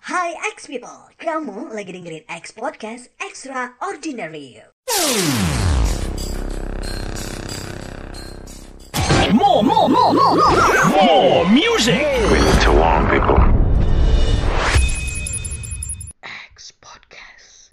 Hai X people, kamu lagi dengerin X Podcast Extraordinary. More music. We need to warn people. X Podcast.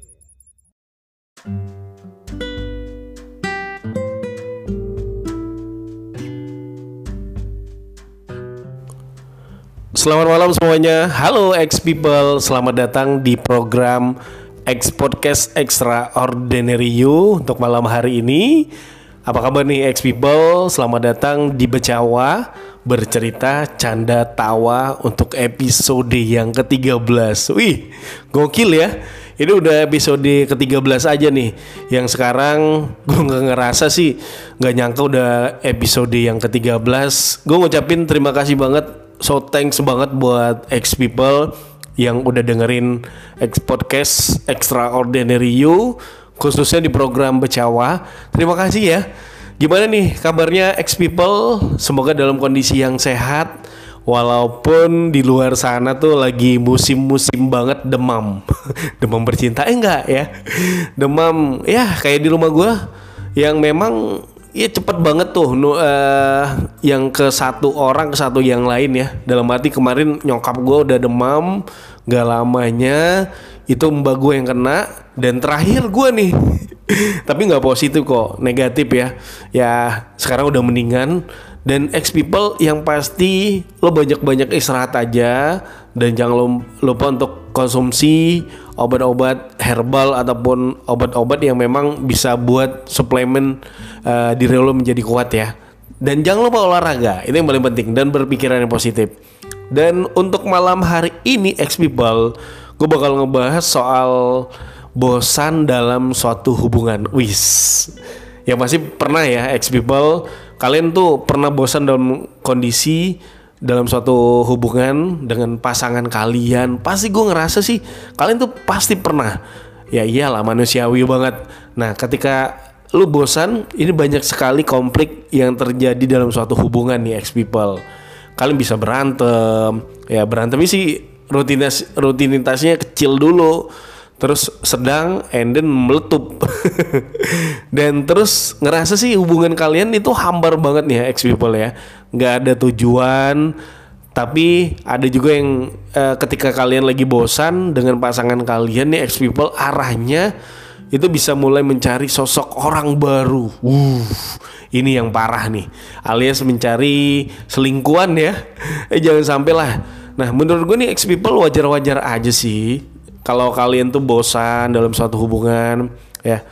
Selamat malam semuanya. Halo X people, selamat datang di program X Podcast Extraordinary You untuk malam hari ini. Apa kabar nih X people? Selamat datang di Becawa, bercerita canda tawa untuk episode yang ke-13. Wih, gokil ya. Ini udah episode ke-13 aja nih. Yang sekarang gue gak ngerasa sih, gak nyangka udah episode yang ke-13. Gue ngucapin terima kasih banget. So thanks banget buat X people yang udah dengerin X Podcast Extraordinary You, khususnya di program Becawa. Terima kasih ya. Gimana nih kabarnya X people? Semoga dalam kondisi yang sehat, walaupun di luar sana tuh lagi musim-musim banget demam. Demam bercinta enggak ya? Demam ya kayak di rumah gue yang memang ya cepet banget tuh yang ke satu orang ke satu yang lain ya. Dalam arti kemarin nyokap gue udah demam, gak lamanya itu mbak gue yang kena, dan terakhir gue nih. Tapi gak positif kok, negatif ya. Ya sekarang udah mendingan. Dan X people yang pasti lo banyak-banyak istirahat aja, dan jangan lupa untuk konsumsi obat-obat herbal ataupun obat-obat yang memang bisa buat suplemen diri lo menjadi kuat ya. Dan jangan lupa olahraga, itu yang paling penting, dan berpikiran yang positif. Dan untuk malam hari ini X people, gue bakal ngebahas soal bosan dalam suatu hubungan. Wis, yang pasti pernah ya X people, kalian tuh pernah bosan dalam kondisi dalam suatu hubungan dengan pasangan kalian. Pasti gue ngerasa sih kalian tuh pasti pernah. Ya iyalah, manusiawi banget. Nah ketika lu bosan, ini banyak sekali konflik yang terjadi dalam suatu hubungan nih X people. Kalian bisa berantem. Ya berantemnya sih rutinitasnya kecil dulu, terus sedang, and then meletup. Dan terus ngerasa sih hubungan kalian itu hambar banget nih ya X people ya. Gak ada tujuan. Tapi ada juga yang ketika kalian lagi bosan dengan pasangan kalian nih X people, arahnya itu bisa mulai mencari sosok orang baru. Ini yang parah nih, alias mencari selingkuhan ya. Jangan sampai lah. Nah menurut gue nih X people wajar-wajar aja sih kalau kalian tuh bosan dalam suatu hubungan ya,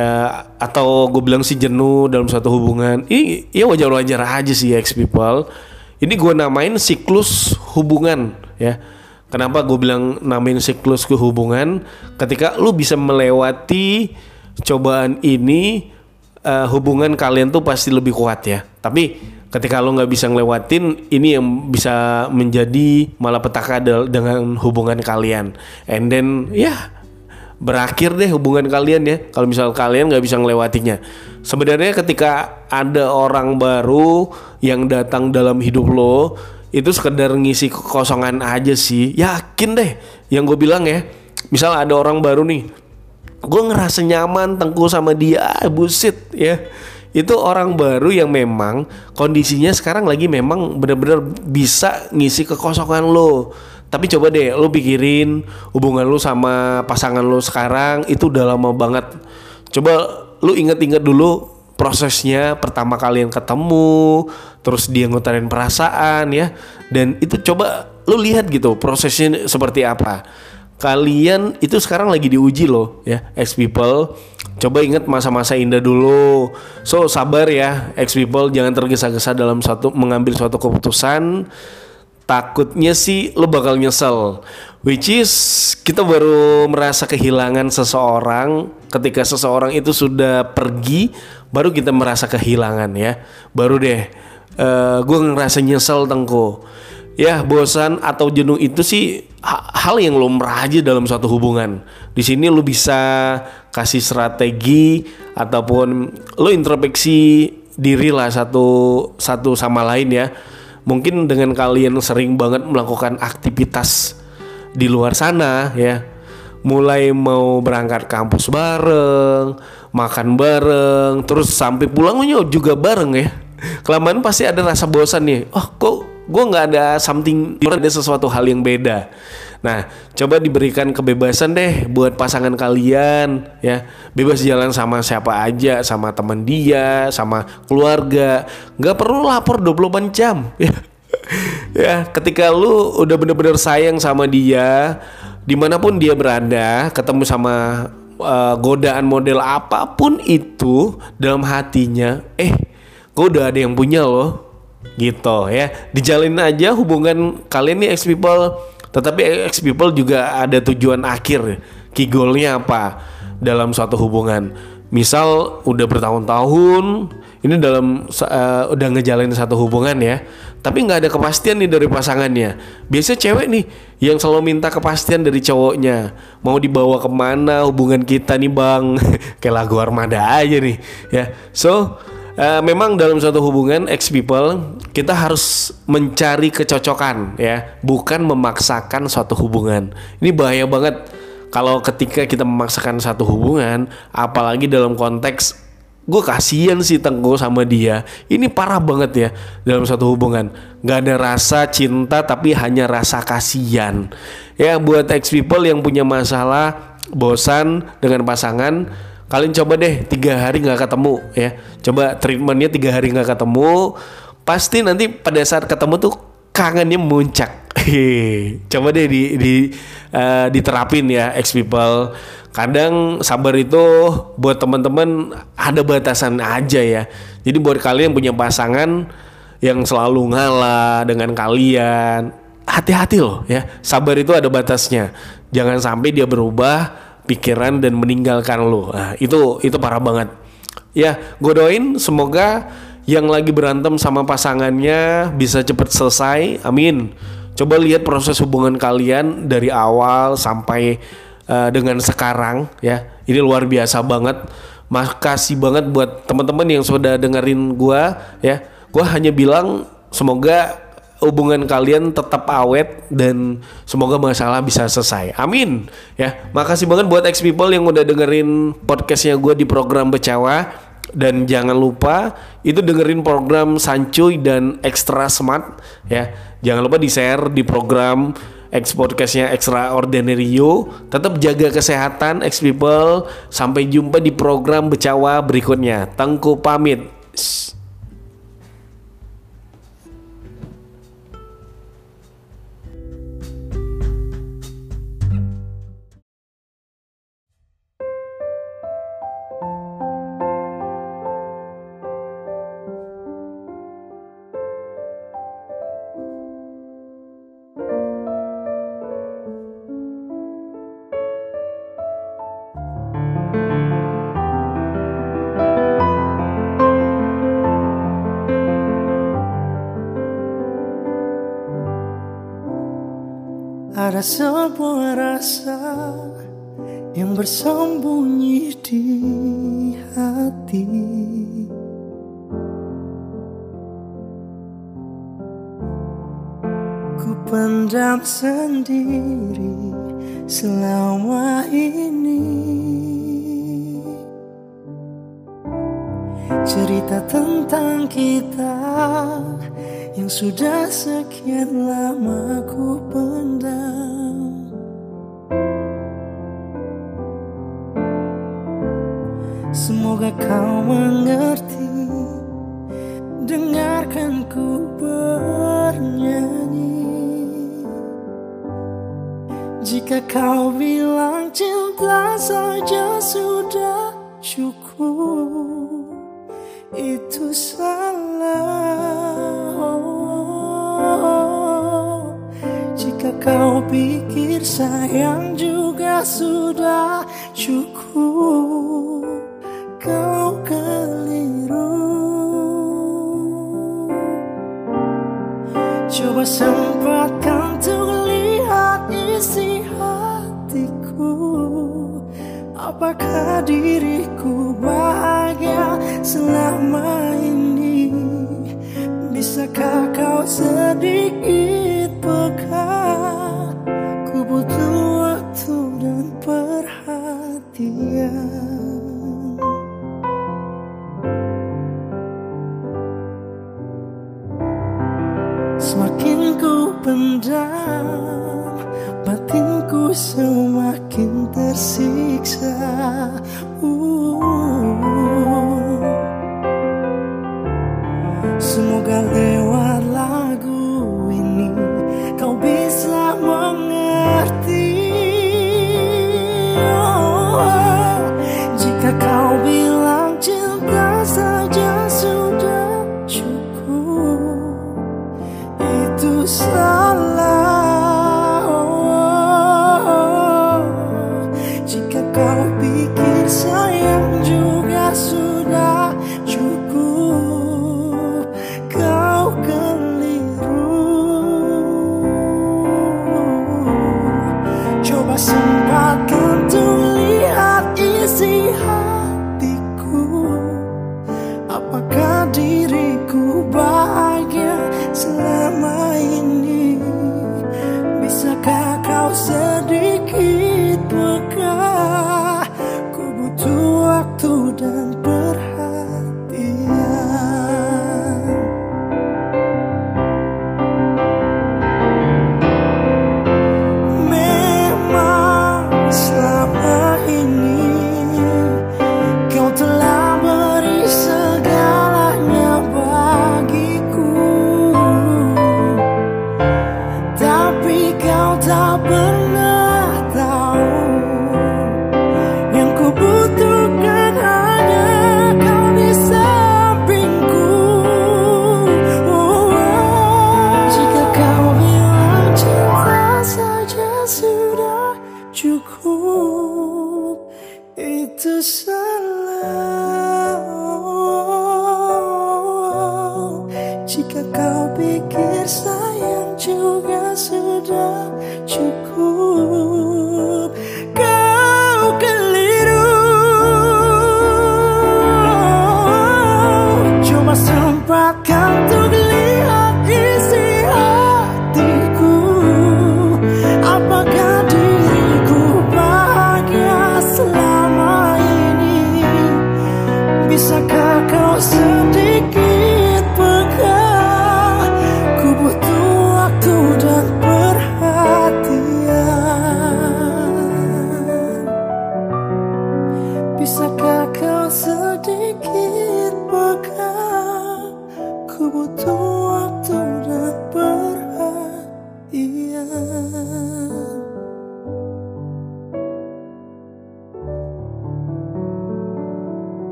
atau gue bilang sih jenuh dalam suatu hubungan. Ini ya wajar-wajar aja sih X people. Ini gue namain siklus hubungan ya. Kenapa gue bilang namain siklus ke hubungan? Ketika lu bisa melewati cobaan ini, hubungan kalian tuh pasti lebih kuat ya. Tapi ketika lo nggak bisa ngelewatin, ini yang bisa menjadi malapetaka dengan hubungan kalian. And then ya berakhir deh hubungan kalian ya, kalau misal kalian nggak bisa ngelewatinya. Sebenarnya ketika ada orang baru yang datang dalam hidup lo, itu sekedar ngisi kekosongan aja sih. Yakin deh yang gue bilang ya. Misal ada orang baru nih, gue ngerasa nyaman tengku sama dia, bullshit ya. Itu orang baru yang memang kondisinya sekarang lagi memang benar-benar bisa ngisi kekosongan lo. Tapi coba deh lo pikirin hubungan lo sama pasangan lo sekarang itu udah lama banget. Coba lo inget-inget dulu prosesnya pertama kalian ketemu, terus dia ngutarin perasaan ya. Dan itu coba lo lihat gitu prosesnya seperti apa. Kalian itu sekarang lagi diuji loh ya X people. Coba ingat masa-masa indah dulu. So sabar ya X people, jangan tergesa-gesa dalam mengambil suatu keputusan. Takutnya sih lo bakal nyesel. Which is kita baru merasa kehilangan seseorang ketika seseorang itu sudah pergi, baru kita merasa kehilangan ya. Baru deh gue ngerasa nyesel tengku. Ya bosan atau jenuh itu sih hal yang lumrah aja dalam suatu hubungan. Di sini lo bisa kasih strategi ataupun lo introspeksi diri lah satu sama lain ya. Mungkin dengan kalian sering banget melakukan aktivitas di luar sana ya. Mulai mau berangkat kampus bareng, makan bareng, terus sampai pulangnya juga bareng ya. Kelamaan pasti ada rasa bosan nih. Oh kok gue nggak ada something, ada sesuatu hal yang beda. Nah, coba diberikan kebebasan deh buat pasangan kalian ya. Bebas jalan sama siapa aja, sama teman dia, sama keluarga. Nggak perlu lapor 24 jam ya. Ya, ketika lu udah bener-bener sayang sama dia, dimanapun dia berada, ketemu sama godaan model apapun itu dalam hatinya, gue udah ada yang punya loh, gitu ya. Dijalin aja hubungan kalian nih ex people. Tetapi ex people juga ada tujuan akhir, key goalnya apa dalam suatu hubungan. Misal udah bertahun-tahun ini dalam udah ngejalanin satu hubungan ya, tapi nggak ada kepastian nih dari pasangannya. Biasanya cewek nih yang selalu minta kepastian dari cowoknya, mau dibawa kemana hubungan kita nih bang. Kayak lagu Armada aja nih ya. So memang dalam suatu hubungan ex people kita harus mencari kecocokan ya, bukan memaksakan suatu hubungan. Ini bahaya banget kalau ketika kita memaksakan satu hubungan, apalagi dalam konteks gue kasihan sih Tengku sama dia. Ini parah banget ya dalam suatu hubungan. Gak ada rasa cinta tapi hanya rasa kasihan. Ya buat ex people yang punya masalah, bosan dengan pasangan, kalian coba deh 3 hari gak ketemu ya. Coba treatmentnya 3 hari gak ketemu. Pasti nanti pada saat ketemu tuh kangennya muncak. Coba deh diterapin ya ex people. Kadang sabar itu buat teman-teman ada batasan aja ya. Jadi buat kalian yang punya pasangan yang selalu ngalah dengan kalian, hati-hati loh ya. Sabar itu ada batasnya. Jangan sampai dia berubah pikiran dan meninggalkan lo. Nah, itu parah banget. Ya, gue doain semoga yang lagi berantem sama pasangannya bisa cepet selesai. Amin. Coba lihat proses hubungan kalian dari awal sampai dengan sekarang ya. Ini luar biasa banget. Makasih banget buat teman-teman yang sudah dengerin gue ya. Gue hanya bilang semoga hubungan kalian tetap awet dan semoga masalah bisa selesai. Amin ya. Makasih banget buat ex people yang udah dengerin podcastnya gue di program Becawa. Dan jangan lupa itu dengerin program Sancuy dan Extra Smart ya. Jangan lupa di share di program podcastnya Extraordinary You. Tetap jaga kesehatan ex people. Sampai jumpa di program Becawa berikutnya. Tengku pamit. Ada sebuah rasa yang bersembunyi di hati. Ku pendam sendiri selama ini. Cerita tentang kita yang sudah sekian lama ku pendam. Semoga kau mengerti, dengarkan ku bernyanyi. Jika kau bilang cinta saja sudah cukup, itu salah. Jika kau pikir sayang juga sudah cukup, kau keliru. Coba sempatkan untuk lihat isi hatiku. Apakah diriku bahagia selama ini? Bisakah kau sedikit peka ku butuh waktu dan perhatian. Semakin ku pendam, batinku semakin tersiksa. Semoga lewat lagu ini kau bisa mengerti. Jika kau bilang cinta saja sudah cukup, itu salah. Jika kau pikir sayang juga sudah cukup, kau keliru. Coba sempatkan untuk lihat isi hatiku. Apakah diriku bahagia selama ini? Bisakah kau sedikit peka? Ku butuh waktu dan perhatian. Memang selama ini kau telah beri segalanya bagiku, tapi kau tak pernah tahu yang ku butuhkan hanya kau di sampingku. Jika kau bilang cinta saja sudah cukup, itu salah. Jika kau pikir sayang juga sudah cukup,